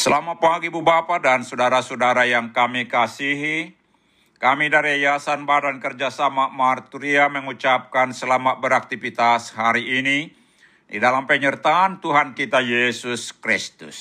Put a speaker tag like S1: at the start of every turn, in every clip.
S1: Selamat pagi Ibu Bapak dan saudara-saudara yang kami kasihi. Kami dari Yayasan Badan Kerjasama Marturia mengucapkan selamat beraktivitas hari ini di dalam penyertaan Tuhan kita Yesus Kristus.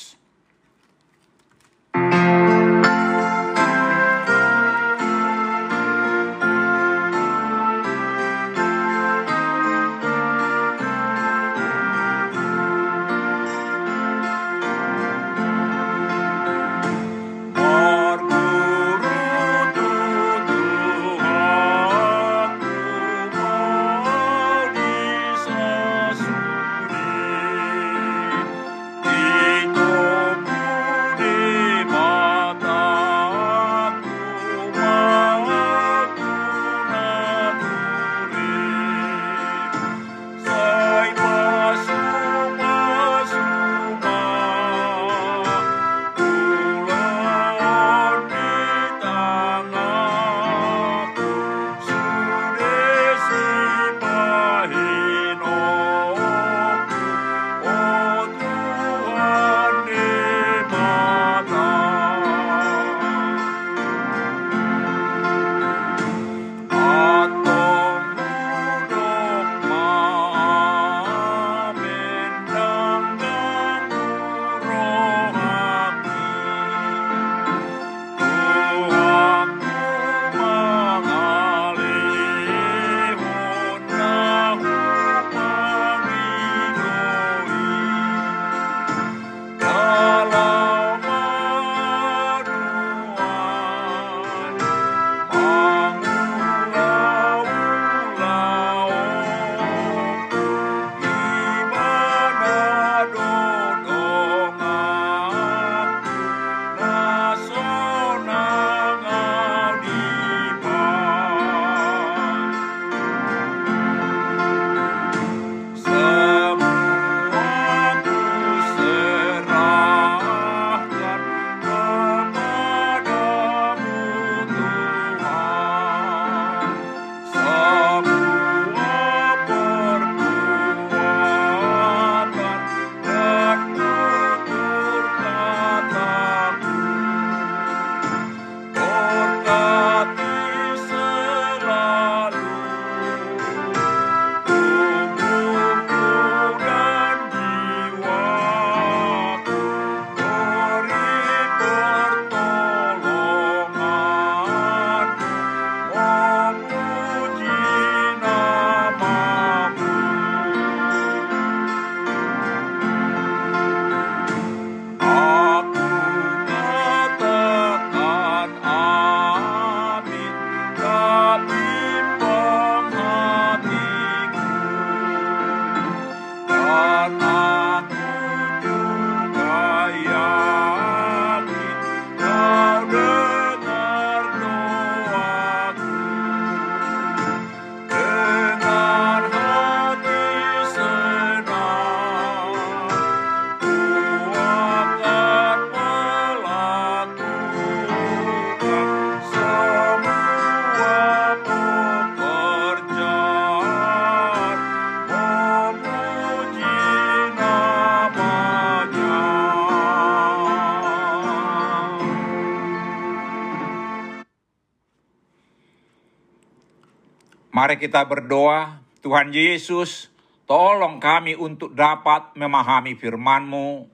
S1: Mari kita berdoa. Tuhan Yesus, tolong kami untuk dapat memahami firman-Mu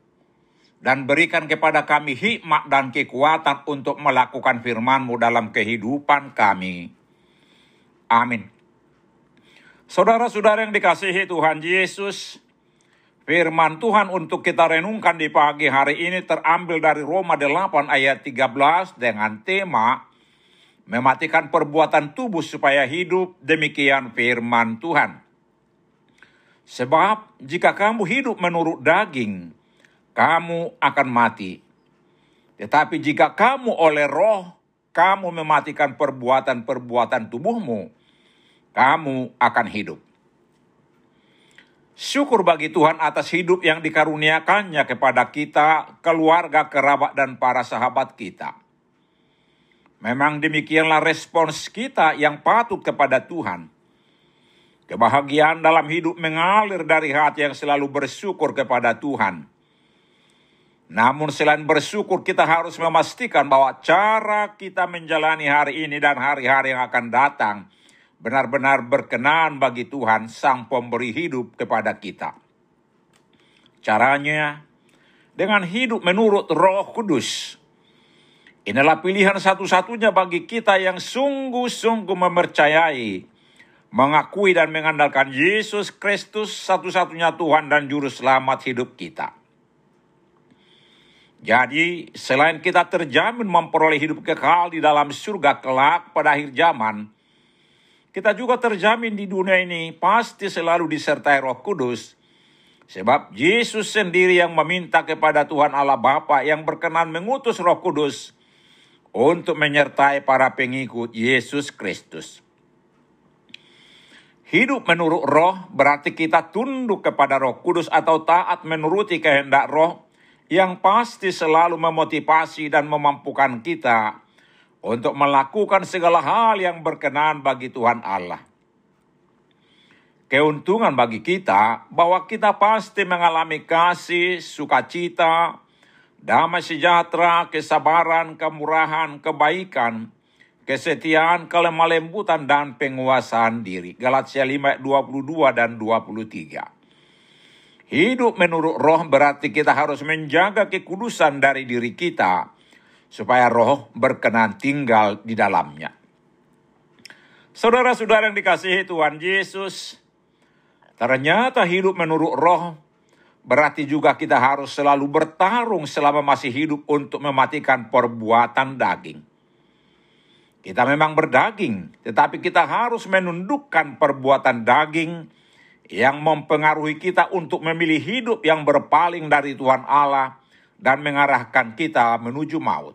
S1: dan berikan kepada kami hikmat dan kekuatan untuk melakukan firman-Mu dalam kehidupan kami. Amin. Saudara-saudara yang dikasihi Tuhan Yesus, firman Tuhan untuk kita renungkan di pagi hari ini terambil dari Roma 8 ayat 13 dengan tema mematikan perbuatan tubuh supaya hidup, demikian firman Tuhan. Sebab jika kamu hidup menurut daging, kamu akan mati. Tetapi jika kamu oleh roh, kamu mematikan perbuatan-perbuatan tubuhmu, kamu akan hidup. Syukur bagi Tuhan atas hidup yang dikaruniakannya kepada kita, keluarga, kerabat, dan para sahabat kita. Memang demikianlah respons kita yang patut kepada Tuhan. Kebahagiaan dalam hidup mengalir dari hati yang selalu bersyukur kepada Tuhan. Namun selain bersyukur, kita harus memastikan bahwa cara kita menjalani hari ini dan hari-hari yang akan datang benar-benar berkenan bagi Tuhan, Sang Pemberi hidup kepada kita. Caranya dengan hidup menurut Roh Kudus. Inilah pilihan satu-satunya bagi kita yang sungguh-sungguh mempercayai, mengakui dan mengandalkan Yesus Kristus satu-satunya Tuhan dan Juru Selamat hidup kita. Jadi, selain kita terjamin memperoleh hidup kekal di dalam surga kelak pada akhir zaman, kita juga terjamin di dunia ini pasti selalu disertai Roh Kudus. Sebab Yesus sendiri yang meminta kepada Tuhan Allah Bapa yang berkenan mengutus Roh Kudus untuk menyertai para pengikut Yesus Kristus. Hidup menurut Roh berarti kita tunduk kepada Roh Kudus atau taat menuruti kehendak Roh yang pasti selalu memotivasi dan memampukan kita untuk melakukan segala hal yang berkenan bagi Tuhan Allah. Keuntungan bagi kita bahwa kita pasti mengalami kasih, sukacita, damai sejahtera, kesabaran, kemurahan, kebaikan, kesetiaan, kelemah lembutan, dan penguasaan diri. Galatia 5, 22 dan 23. Hidup menurut Roh berarti kita harus menjaga kekudusan dari diri kita, supaya Roh berkenan tinggal di dalamnya. Saudara-saudara yang dikasihi Tuhan Yesus, ternyata hidup menurut Roh berarti juga kita harus selalu bertarung selama masih hidup untuk mematikan perbuatan daging. Kita memang berdaging, tetapi kita harus menundukkan perbuatan daging yang mempengaruhi kita untuk memilih hidup yang berpaling dari Tuhan Allah dan mengarahkan kita menuju maut.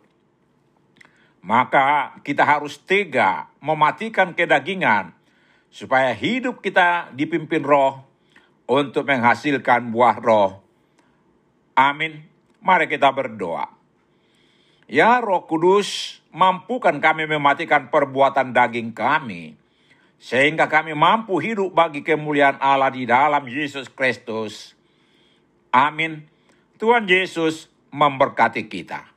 S1: Maka kita harus tega mematikan kedagingan supaya hidup kita dipimpin Roh untuk menghasilkan buah Roh. Amin. Mari kita berdoa. Ya Roh Kudus, mampukan kami mematikan perbuatan daging kami, sehingga kami mampu hidup bagi kemuliaan Allah di dalam Yesus Kristus. Amin. Tuhan Yesus memberkati kita.